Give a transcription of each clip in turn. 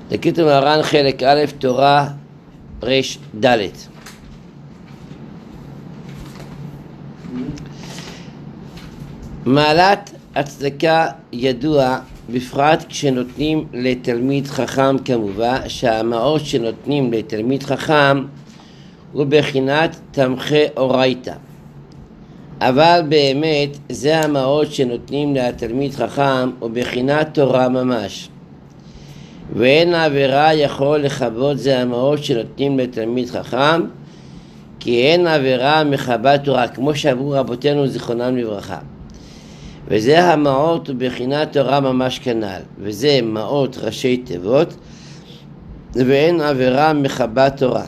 דקית ומהר"ן חלק א', תורה רש ד'. מעלת הצדקה ידוע, בפרט כשנותנים לתלמיד חכם כמובן, שהמעות שנותנים לתלמיד חכם הוא בחינת תמחי אורייתא. אבל באמת זה המעות שנותנים לתלמיד חכם הוא בחינת תורה ממש. ואין עבירה יכול לכבות זה המעות שנותנים לתלמיד חכם, כי אין עבירה מכבת תורה, כמו שאמרו רבותינו זיכרונם לברכה. וזה המעות ובחינת תורה ממש כנ"ל, וזה מעות ראשי תיבות, ואין עבירה מכבת תורה.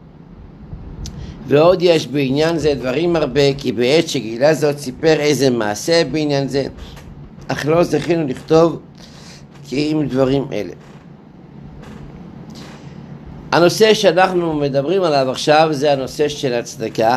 ועוד יש בעניין זה דברים הרבה, כי בעת שגילה זאת סיפר איזה מעשה בעניין זה, אך לא זכינו לכתוב כי עם דברים אלה. הנושא שאנחנו מדברים עליו עכשיו זה הנושא של הצדקה.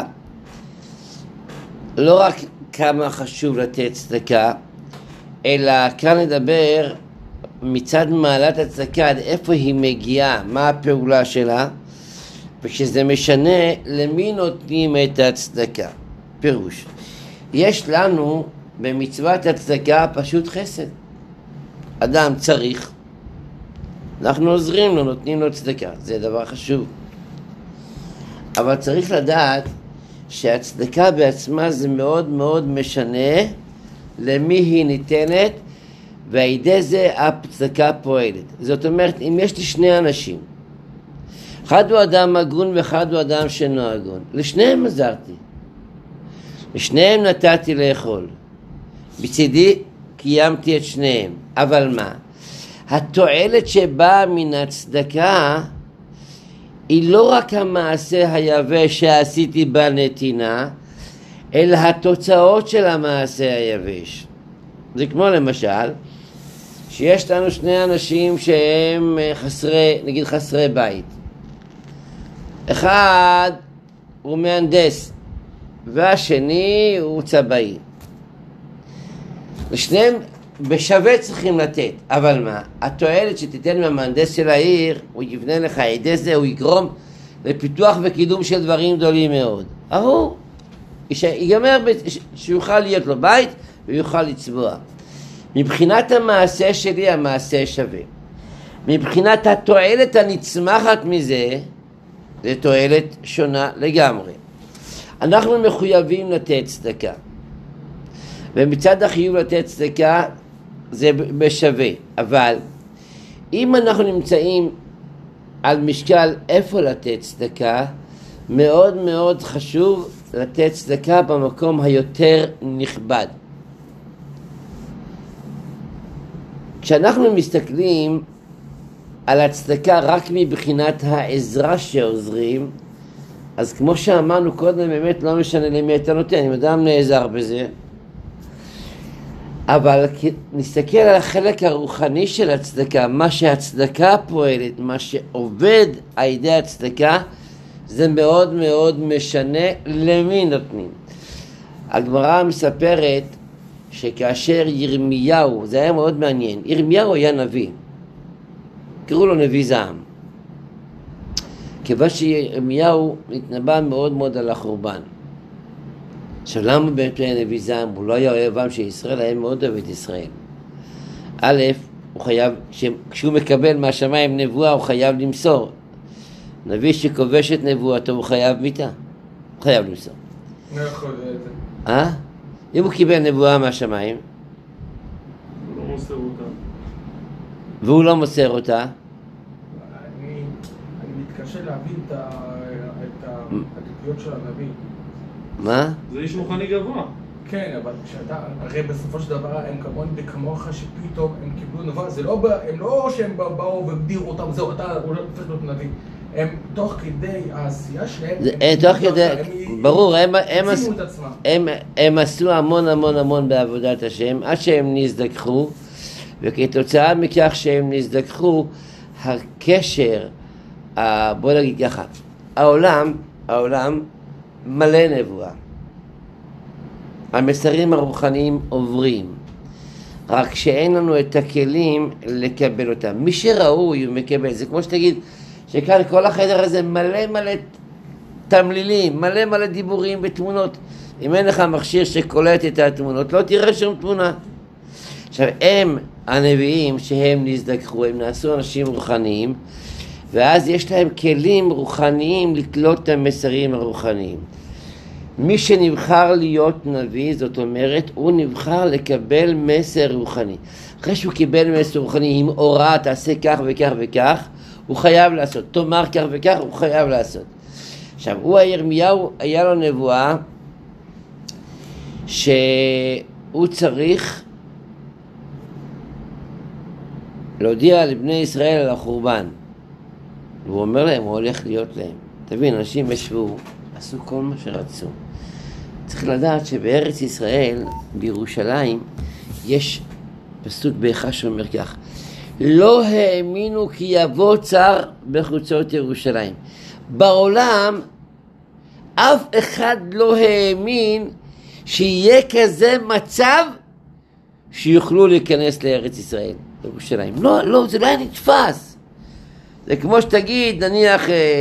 לא רק כמה חשוב לתת צדקה, אלא כאן נדבר מצד מעלת הצדקה עד איפה היא מגיעה, מה הפעולה שלה, ושזה משנה למי נותנים את הצדקה. פירוש, יש לנו במצוות הצדקה פשוט חסד. אדם צריך, אנחנו עוזרים לו, נותנים לו צדקה, זה דבר חשוב. אבל צריך לדעת שהצדקה בעצמה זה מאוד מאוד משנה למי היא ניתנת, והידי זה הצדקה פועלת. זאת אומרת, אם יש לי שני אנשים, אחד הוא אדם הגון ואחד הוא אדם שאינו הגון, לשניהם עזרתי, לשניהם נתתי לאכול, בצידי קיימתי את שניהם. אבל מה? התועלת שבאה מן הצדקה היא לא רק המעשה היבש שעשיתי בנתינה, אלא התוצאות של המעשה היבש. זה כמו למשל, שיש לנו שני אנשים שהם חסרי בית. אחד הוא מהנדס, והשני הוא צבאי. לשניהם בשווה צריכים לתת, אבל מה? התועלת שתיתן מהמהנדס של העיר, הוא יבנה לך ידי זה, הוא יגרום לפיתוח וקידום של דברים גדולים מאוד. הוא ייגמר שיוכל להיות לו בית ויוכל לצבוע. מבחינת המעשה שלי, המעשה שווה. מבחינת התועלת הנצמחת מזה, זה תועלת שונה לגמרי. אנחנו מחויבים לתת צדקה, ומצד החיוב לתת צדקה זה בשווה. אבל אם אנחנו נמצאים על משקל איפה לתת צדקה, מאוד מאוד חשוב לתת צדקה במקום היותר נכבד. כשאנחנו מסתכלים על הצדקה רק מבחינת העזרה שעוזרים, אז כמו שאמרנו קודם, באמת לא משנה למי אתה נותן, אם אדם נעזר בזה. אבל נסתכל על החלק הרוחני של הצדקה, מה שהצדקה פועלת, מה שעובד על ידי הצדקה, זה מאוד מאוד משנה למי נותנים. הגמרא מספרת שכאשר ירמיהו, זה היה מאוד מעניין, ירמיהו היה נביא, קראו לו נביא זעם, כיוון שירמיהו התנבא מאוד מאוד על החורבן. עכשיו למה באמת היה נביא זעם? הוא לא היה אוהבם של ישראל, היה מאוד אוהב את ישראל. א', הוא חייב, כשהוא מקבל מהשמיים נבואה הוא חייב למסור. נביא שכובש את נבואתו הוא חייב מיתה, הוא חייב למסור. לא יכול להיות. אם הוא קיבל נבואה מהשמיים הוא לא מוסר אותה, והוא לא מוסר אותה, אני מתקשה להבין את הטיפיות של הנביא. מה? זה איש מוכני גבוה. כן, אבל כשאתה, הרי בסופו של דבר הם כמוני וכמוך שפתאום הם קיבלו נבואה, זה לא, הם לא שהם באו והגדירו אותם, זהו, אתה הולך להיות נביא. הם תוך כדי העשייה שלהם, תוך כדי, ברור, הם עשו המון המון המון בעבודת השם, עד שהם נזדכחו, וכתוצאה מכך שהם נזדכחו, הקשר, בוא נגיד ככה, העולם מלא נבואה. המסרים הרוחניים עוברים, רק שאין לנו את הכלים לקבל אותם. מי שראוי הוא מקבל. זה כמו שתגיד שכאן כל החדר הזה מלא מלא תמלילים, מלא מלא דיבורים ותמונות. אם אין לך מכשיר שקולט את התמונות, לא תראה שום תמונה. עכשיו, הם הנביאים שהם נזדכחו, הם נעשו אנשים רוחניים, ואז יש להם כלים רוחניים לקלוט את המסרים הרוחניים. מי שנבחר להיות נביא, זאת אומרת, הוא נבחר לקבל מסר רוחני. אחרי שהוא קיבל מסר רוחני, עם אורה, תעשה כך וכך וכך, הוא חייב לעשות. תאמר כך וכך, הוא חייב לעשות. עכשיו, ירמיהו, היה לו נבואה, שהוא צריך להודיע לבני ישראל על החורבן. והוא אומר להם, הוא הולך להיות להם. תבין, אנשים ישבו, עשו כל מה שרצו. צריך לדעת שבארץ ישראל, בירושלים, יש פסוק באיכה שאומר כך, לא האמינו כי יבוא צר בחוצות ירושלים. בעולם, אף אחד לא האמין שיהיה כזה מצב שיוכלו להיכנס לארץ ישראל, לירושלים. לא, זה לא היה נתפס. זה כמו שתגיד, נניח,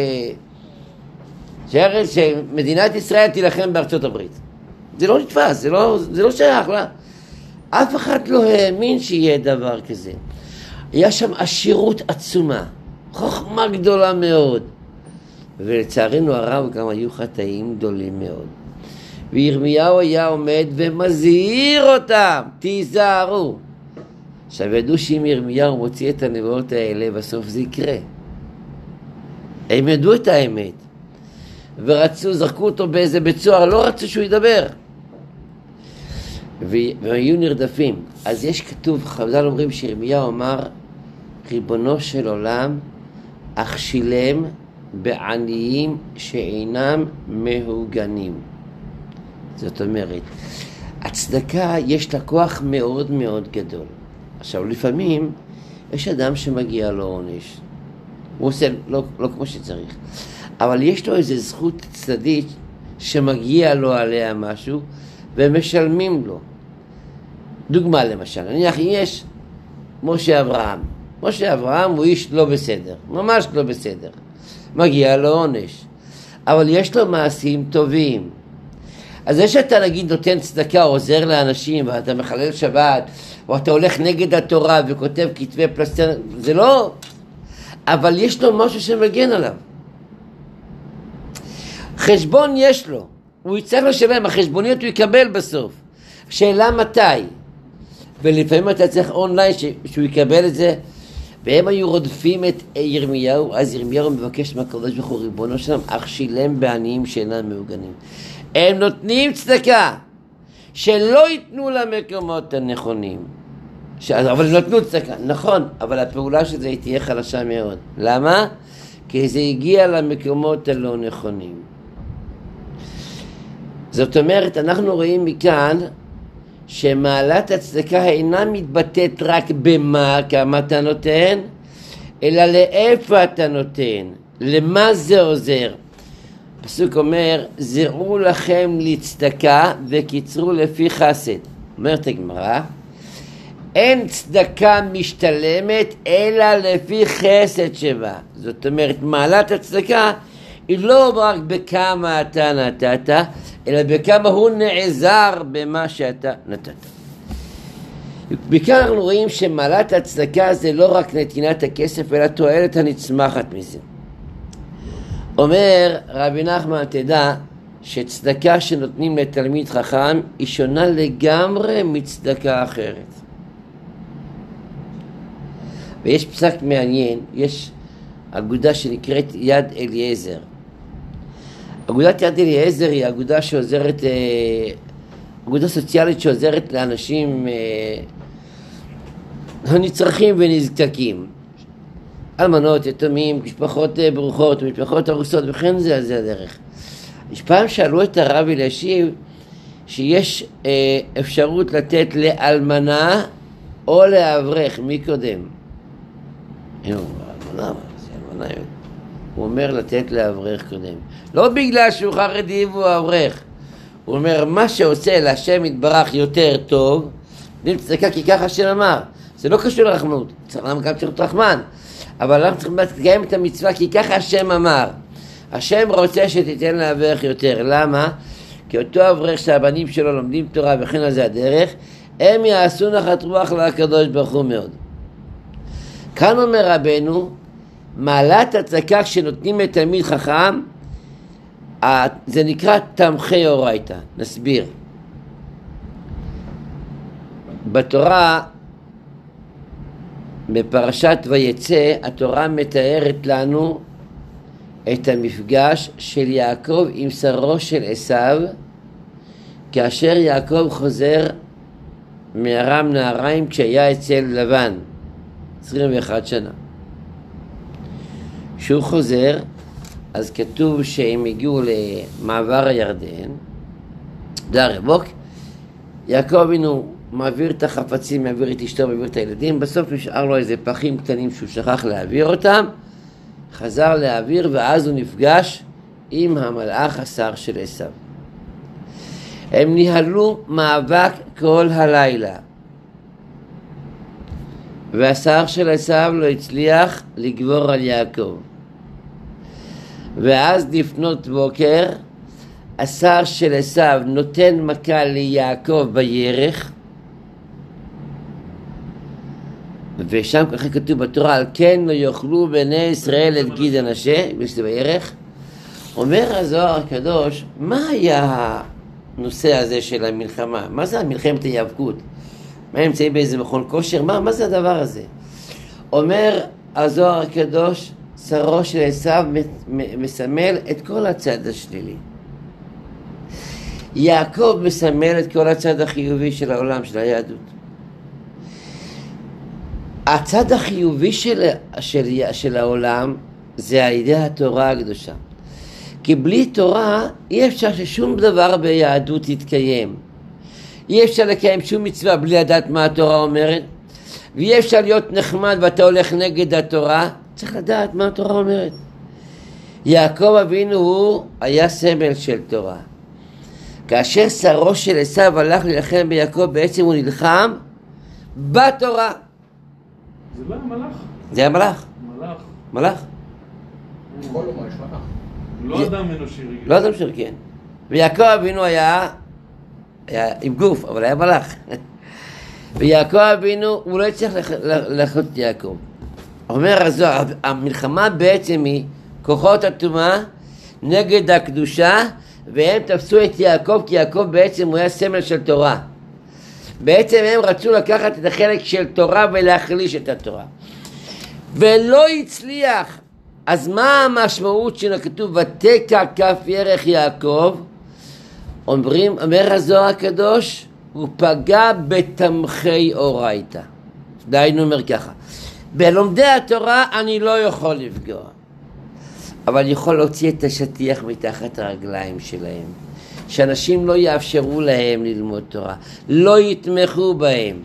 שמדינת ישראל תילחם בארצות הברית. זה לא נתפס, זה לא שייך לה. אף אחד לא האמין שיהיה דבר כזה. היה שם עשירות עצומה, חוכמה גדולה מאוד. ולצערנו הרב גם היו חטאים גדולים מאוד. וירמיהו היה עומד ומזהיר אותם, תיזהרו. עכשיו ידעו שאם ירמיהו מוציא את הנבואות האלה, בסוף זה יקרה. הם ידעו את האמת. ורצו, זרקו אותו באיזה בית סוהר, לא רצו שהוא ידבר. והיו נרדפים. אז יש כתוב, חז"ל אומרים שירמיהו אמר, ריבונו של עולם, אכשילם בעניים שאינם מהוגנים. זאת אומרת, הצדקה יש לה כוח מאוד מאוד גדול. עכשיו, לפעמים יש אדם שמגיע לו עונש. הוא עושה לא כמו שצריך. אבל יש לו איזו זכות צדדית שמגיע לו עליה משהו, ומשלמים לו. דוגמה למשל, נניח יש משה אברהם. משה אברהם הוא איש לא בסדר, ממש לא בסדר. מגיע לו עונש. אבל יש לו מעשים טובים. אז זה שאתה נגיד נותן צדקה, עוזר לאנשים, ואתה מחלל שבת, או אתה הולך נגד התורה וכותב כתבי פלסטר, זה לא. אבל יש לו משהו שמגן עליו. חשבון יש לו. הוא יצטרך לשלם, החשבוניות הוא יקבל בסוף. שאלה מתי? ולפעמים אתה צריך אונליין שהוא יקבל את זה. והם היו רודפים את ירמיהו, אז ירמיהו מבקש מהקדוש ברוך הוא, ריבונו שלם, אכשילם בעניים שאינם מהוגנים. הם נותנים צדקה, שלא ייתנו למקומות הנכונים. אבל הם נתנו צדקה, נכון, אבל הפעולה של זה היא תהיה חלשה מאוד. למה? כי זה הגיע למקומות הלא נכונים. זאת אומרת, אנחנו רואים מכאן שמעלת הצדקה אינה מתבטאת רק במה, כמה אתה נותן, אלא לאיפה אתה נותן, למה זה עוזר. הפסוק אומר, זרעו לכם לצדקה וקיצרו לפי חסד. אומרת הגמרא, אין צדקה משתלמת אלא לפי חסד שבה. זאת אומרת, מעלת הצדקה היא לא רק בכמה אתה נתת, אלא בכמה הוא נעזר במה שאתה נתת. בכאן אנחנו רואים שמעלת הצדקה זה לא רק נתינת הכסף, אלא תועלת הנצמחת מזה. אומר רבי נחמן, תדע שצדקה שנותנים לתלמיד חכם היא שונה לגמרי מצדקה אחרת. ויש פסק מעניין, יש אגודה שנקראת יד אליעזר. אגודת יד אליעזר היא אגודה שעוזרת, אגודה סוציאלית שעוזרת לאנשים הנצרכים ונזקקים. אלמנות, יתומים, משפחות ברוכות, משפחות הרוסות, וכן זה הדרך. יש פעם שאלו את הרב אלישיב שיש אפשרות לתת לאלמנה או לאברך, מי קודם? אלמנה, הוא אומר לתת לאברך קודם. לא בגלל שהוא חרדי והוא אברך. הוא אומר, מה שעושה להשם יתברך יותר טוב, נותנים צדקה כי ככה השם אמר. זה לא קשור לרחמנות, צריך גם צריך להיות רחמן. אבל אנחנו צריכים לקיים את המצווה כי ככה השם אמר. השם רוצה שתיתן לאברך יותר. למה? כי אותו אברך שהבנים שלו לומדים תורה וכן על זה הדרך, הם יעשו נחת רוח לקדוש ברוך הוא מאוד. כאן אומר רבנו, מעלת הצדקה כשנותנים לתלמיד חכם, זה נקרא תמכי אורייתא. נסביר. בתורה, בפרשת ויצא, התורה מתארת לנו את המפגש של יעקב עם שרו של עשיו, כאשר יעקב חוזר מארם נהריים כשהיה אצל לבן 21 שנה. כשהוא חוזר, אז כתוב שהם הגיעו למעבר הירדן, דר יבוק, יעקב אבינו מעביר את החפצים, מעביר את אשתו, מעביר את הילדים, בסוף נשאר לו איזה פחים קטנים שהוא שכח להעביר אותם, חזר להעביר ואז הוא נפגש עם המלאך השר של עשיו. הם ניהלו מאבק כל הלילה, והשר של עשיו לא הצליח לגבור על יעקב. ואז לפנות בוקר, השר של עשיו נותן מכה ליעקב בירך, ושם ככה כתוב בתורה, על כן לא יאכלו בני ישראל את גיד הנשה, בשביל בירך. אומר הזוהר הקדוש, מה היה הנושא הזה של המלחמה? מה זה המלחמת ההיאבקות? מה הם נמצאים באיזה מכון כושר? מה זה הדבר הזה? אומר הזוהר הקדוש, שרו של עשיו מסמל את כל הצד השלילי. יעקב מסמל את כל הצד החיובי של העולם, של היהדות. הצד החיובי של העולם זה על ידי התורה הקדושה. כי בלי תורה אי אפשר ששום דבר ביהדות יתקיים. אי אפשר לקיים שום מצווה בלי לדעת מה התורה אומרת, ואי אפשר להיות נחמד ואתה הולך נגד התורה, צריך לדעת מה התורה אומרת. יעקב אבינו הוא היה סמל של תורה. כאשר שרו של עשיו הלך להילחם ביעקב, בעצם הוא נלחם בתורה. זה לא המלאך? זה היה מלאך. מלאך. כל אומה יש מלאך. לא אדם אנושי רגיל. לא אדם אנושי, כן. ויעקב אבינו היה עם גוף, אבל היה מלאך. ויעקב אבינו, הוא לא הצליח לחיות את יעקב. אומר הזוהר, המלחמה בעצם היא כוחות הטומאה נגד הקדושה, והם תפסו את יעקב, כי יעקב בעצם הוא היה סמל של תורה. בעצם הם רצו לקחת את החלק של תורה ולהחליש את התורה. ולא הצליח. אז מה המשמעות של הכתוב, ותקע כף ירך יעקב? אומר הזוהר הקדוש, הוא פגע בתמכי אורייתא. דהיינו אומר ככה, בלומדי התורה אני לא יכול לפגוע, אבל יכול להוציא את השטיח מתחת הרגליים שלהם, שאנשים לא יאפשרו להם ללמוד תורה, לא יתמכו בהם.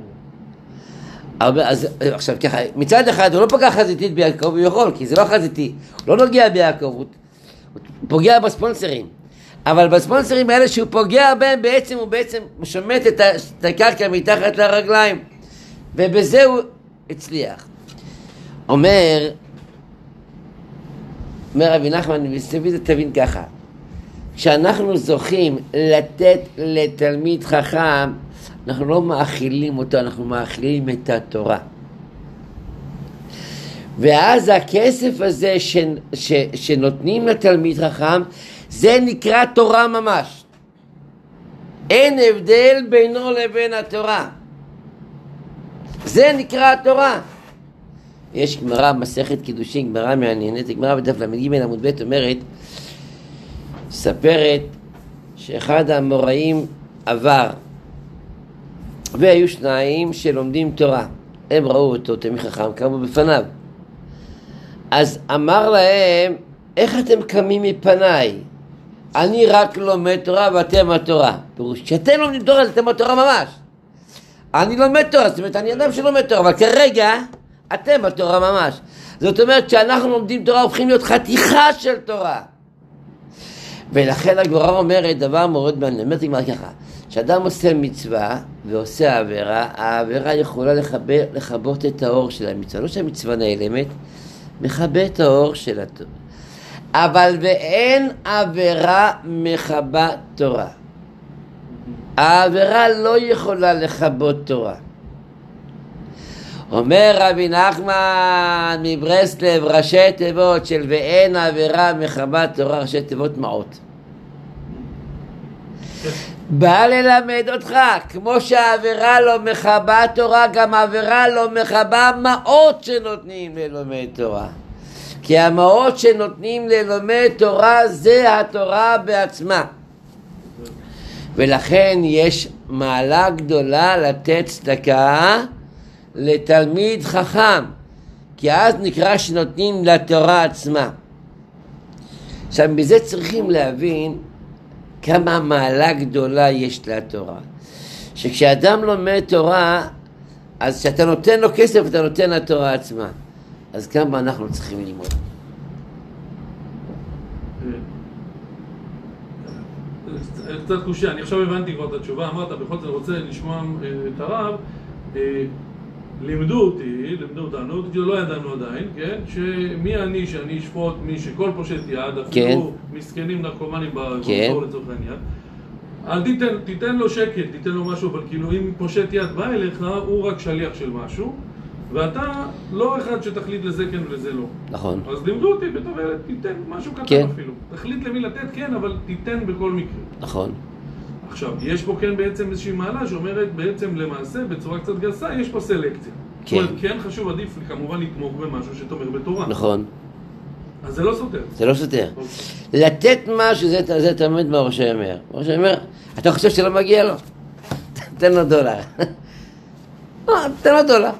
אז עכשיו ככה, מצד אחד הוא לא פגע חזיתית ביעקב, הוא יכול, כי זה לא חזיתי, הוא לא נוגע ביעקב, הוא פוגע בספונסרים. אבל בספונסרים האלה שהוא פוגע בהם, הוא בעצם משמט את הקרקע מתחת לרגליים, ובזה הוא הצליח. אומר רבי נחמן, תבין ככה, כשאנחנו זוכים לתת לתלמיד חכם, אנחנו לא מאכילים אותו, אנחנו מאכילים את התורה. ואז הכסף הזה שנותנים לתלמיד חכם, זה נקרא תורה ממש. אין הבדל בינו לבין התורה. זה נקרא התורה. יש גמרא מסכת קידושין, גמרא מעניינת, גמרא בדף ל"ג עמוד ב' אומרת, ספרת שאחד האמוראים עבר, והיו שניים שלומדים תורה. הם ראו אותו, תלמיד חכם, קמו בפניו. אז אמר להם, איך אתם קמים מפניי? אני רק לומד תורה ואתם התורה. פירוש, כשאתם לומדים תורה, אתם התורה ממש. אני לומד תורה, זאת אומרת, אני אדם שלומד תורה, אבל כרגע, אתם התורה ממש. זאת אומרת, כשאנחנו לומדים תורה, הופכים להיות חתיכה של תורה. ולכן הגמרא אומרת דבר מאוד מעניין, אומרת ככה, כשאדם עושה מצווה, ועושה עבירה, העבירה יכולה לכבות את האור של המצווה. לא שהמצווה נעלמת, מכבה את האור של התורה. אבל ואין עבירה מכבה תורה. העבירה לא יכולה לכבות תורה. אומר רבי נחמן מברסלב, ראשי תיבות של ואין עבירה מכבה תורה, ראשי תיבות מעות. בא ללמד אותך, כמו שהעבירה לא מכבה תורה, גם העבירה לא מכבה מעות שנותנים ללומד תורה. כי המעות שנותנים ללומד תורה זה התורה בעצמה. ולכן יש מעלה גדולה לתת צדקה לתלמיד חכם, כי אז נקרא שנותנים לתורה עצמה. עכשיו בזה צריכים להבין כמה מעלה גדולה יש לתורה. שכשאדם לומד תורה, אז כשאתה נותן לו כסף אתה נותן לתורה עצמה. אז כמה אנחנו צריכים ללמוד. קצת קושי, אני עכשיו הבנתי כבר את התשובה, אמרת בכל זאת רוצה לשמוע את הרב, לימדו אותנו, לא ידענו עדיין, כן? שמי אני שאני אשפוט מי שכל פושט יד, אפילו מסכנים נרקומנים ברחוב לצורך העניין. אל תיתן לו שקל, תיתן לו משהו, אבל כאילו אם פושט יד בא אליך, הוא רק שליח של משהו, ואתה לא אחד שתחליט לזה כן ולזה לא. נכון. אז לימדו אותי בתור ילד, תיתן משהו קטן אפילו. תחליט למי לתת כן, אבל תיתן בכל מקרה. נכון. עכשיו, יש פה כן בעצם איזושהי מעלה שאומרת בעצם למעשה, בצורה קצת גסה, יש פה סלקציה. כן. זאת אומרת, כן חשוב עדיף כמובן לתמוך במשהו שתומך בתורה. נכון. אז זה לא סותר. זה לא סותר. לתת משהו, זה תמיד מה ראש אומר. ראש אומר, אתה חושב שלא מגיע לו? תן לו דולר. תן לו דולר.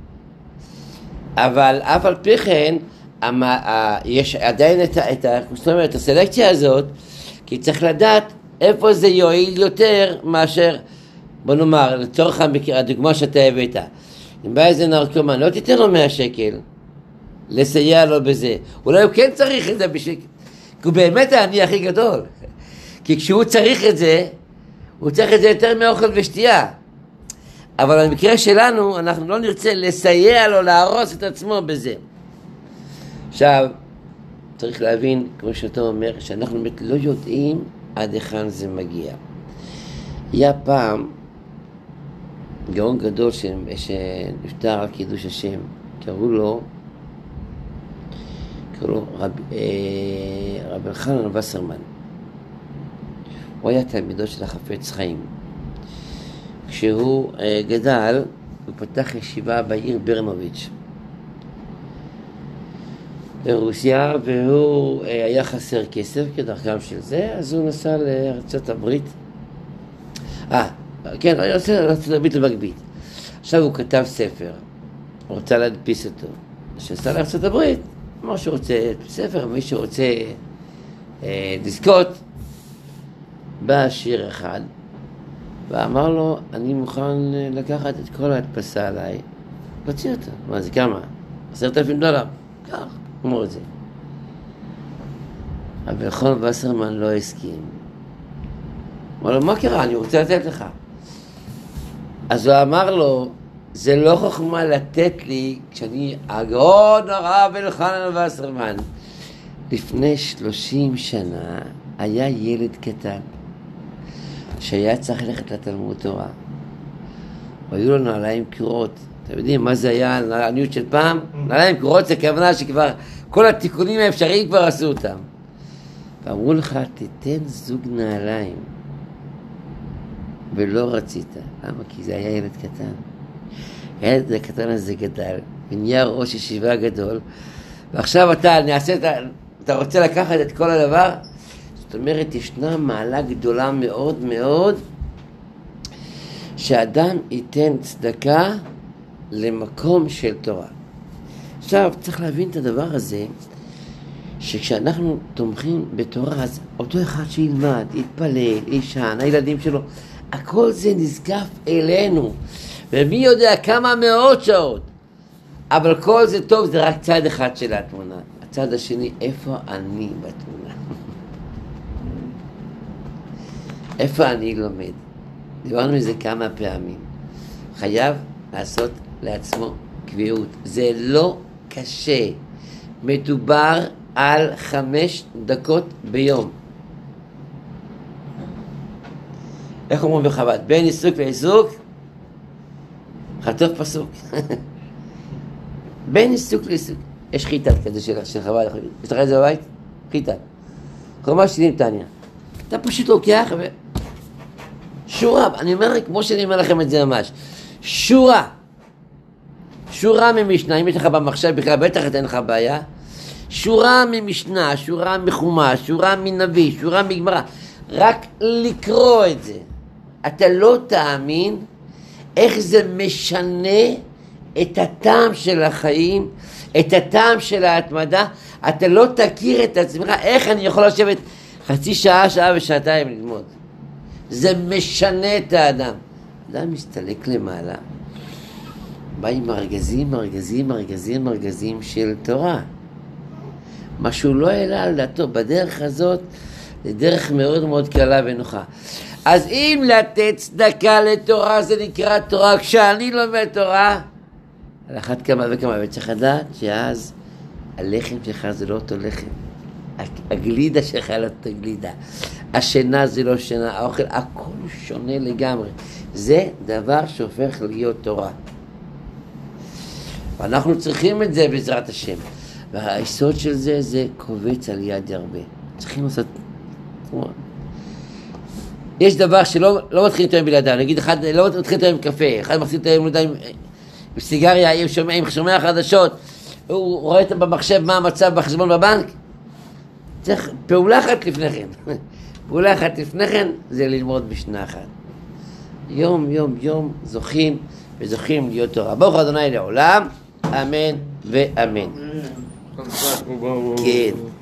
אבל אף על פי כן, יש עדיין את הסלקציה הזאת, כי צריך לדעת איפה זה יועיל יותר מאשר, בוא נאמר, לצורך הדוגמה שאתה הבאת. אם בא איזה נרקומן, לא תיתן לו 100 שקל, לסייע לו בזה. אולי הוא כן צריך את זה בשביל... כי הוא באמת העני הכי גדול. כי כשהוא צריך את זה, הוא צריך את זה יותר מאוכל ושתייה. אבל במקרה שלנו, אנחנו לא נרצה לסייע לו להרוס את עצמו בזה. עכשיו, צריך להבין, כמו שאתה אומר, שאנחנו באמת לא יודעים עד היכן זה מגיע. היה פעם גאון גדול שנפטר על קידוש השם, קראו לו רבי אלחנן וסרמן. הוא היה תלמידו של החפץ חיים. כשהוא גדל, הוא פתח ישיבה בעיר ברנוביץ' ברוסיה, והוא היה חסר כסף כדרכם של זה, אז הוא נסע לארצות הברית. כן, הוא נסע לארצות הברית למגבית. עכשיו הוא כתב ספר, הוא רוצה להדפיס אותו. כשנסע לארצות הברית, מה שרוצה ספר, מי שרוצה לזכות, בא שיר אחד, ואמר לו, אני מוכן לקחת את כל ההדפסה עליי, להוציא אותה. מה זה, כמה? $10,000. כך, אמרו את זה. אבל אלחנן וסרמן לא הסכים. אמר לו, מה קרה? אני רוצה לתת לך. אז הוא אמר לו, זה לא חוכמה לתת לי כשאני הגאון הרב אלחנן וסרמן. לפני 30 שנה היה ילד קטן שהיה צריך ללכת לתלמוד תורה. והיו לו נעליים קרועות. אתם יודעים מה זה היה הנעליות של פעם? נעליים קרועות זה כוונה שכבר כל התיקונים האפשריים כבר עשו אותם. ואמרו לך, תיתן זוג נעליים. ולא רצית. למה? כי זה היה ילד קטן. הילד הקטן הזה גדל, ונהיה ראש ישיבה גדול, ועכשיו אתה רוצה לקחת את כל הדבר? זאת אומרת, ישנה מעלה גדולה מאוד מאוד, שאדם ייתן צדקה למקום של תורה. עכשיו, צריך להבין את הדבר הזה, שכשאנחנו תומכים בתורה, אז אותו אחד שילמד, יתפלל, ישן, הילדים שלו, הכל זה נזקף אלינו. ומי יודע כמה מאות שעות. אבל כל זה טוב, זה רק צד אחד של התמונה. הצד השני, איפה אני בתמונה? איפה אני לומד? דיברנו מזה כמה פעמים. חייב לעשות לעצמו קביעות. זה לא קשה. מדובר על 5 דקות ביום. איך אומרים בחב"ד? בין עיסוק לעיסוק, חטוף פסוק. בין עיסוק לעיסוק. יש חיטת כזה של חב"ד. יש לך את זה בבית? חיטת. חומה שלי עם טניה. אתה פשוט לוקח שורה, אני אומר כמו שאני אומר לכם את זה ממש. שורה ממשנה, אם יש לך במחשב בכלל, בטח אין לך בעיה. שורה ממשנה, שורה מחומה, שורה מנביא, שורה מגמרא. רק לקרוא את זה. אתה לא תאמין איך זה משנה את הטעם של החיים, את הטעם של ההתמדה. אתה לא תכיר את עצמך, איך אני יכול לשבת חצי שעה, שעה ושעתיים ללמוד. זה משנה את האדם. אדם מסתלק למעלה, בא עם ארגזים של תורה. מה שהוא לא העלה על דעתו, בדרך הזאת, זה דרך מאוד מאוד קלה ונוחה. אז אם לתת צדקה לתורה, זה נקרא תורה. כשאני לומד תורה, על אחת כמה וכמה, וצריך לדעת שאז הלחם שלך זה לא אותו לחם. הגלידה שלך לא אותו גלידה. השינה זה לא שינה, האוכל, הכל שונה לגמרי. זה דבר שהופך להיות תורה. ואנחנו צריכים את זה בעזרת השם. והיסוד של זה, זה קובץ על יד הרבה. צריכים לעשות... יש דבר שלא מתחיל יותר עם בלעדיו. נגיד, אחד לא מתחיל יותר עם קפה, אחד מתחיל יותר עם סיגריה, עם שומע חדשות, הוא רואה במחשב מה המצב בחשבון בבנק. צריך פעולה אחת לפני כן. פעולה אחת לפני כן זה ללמוד משנה אחת. יום זוכים להיות תורה. ברוך ה' לעולם, אמן ואמן. כן.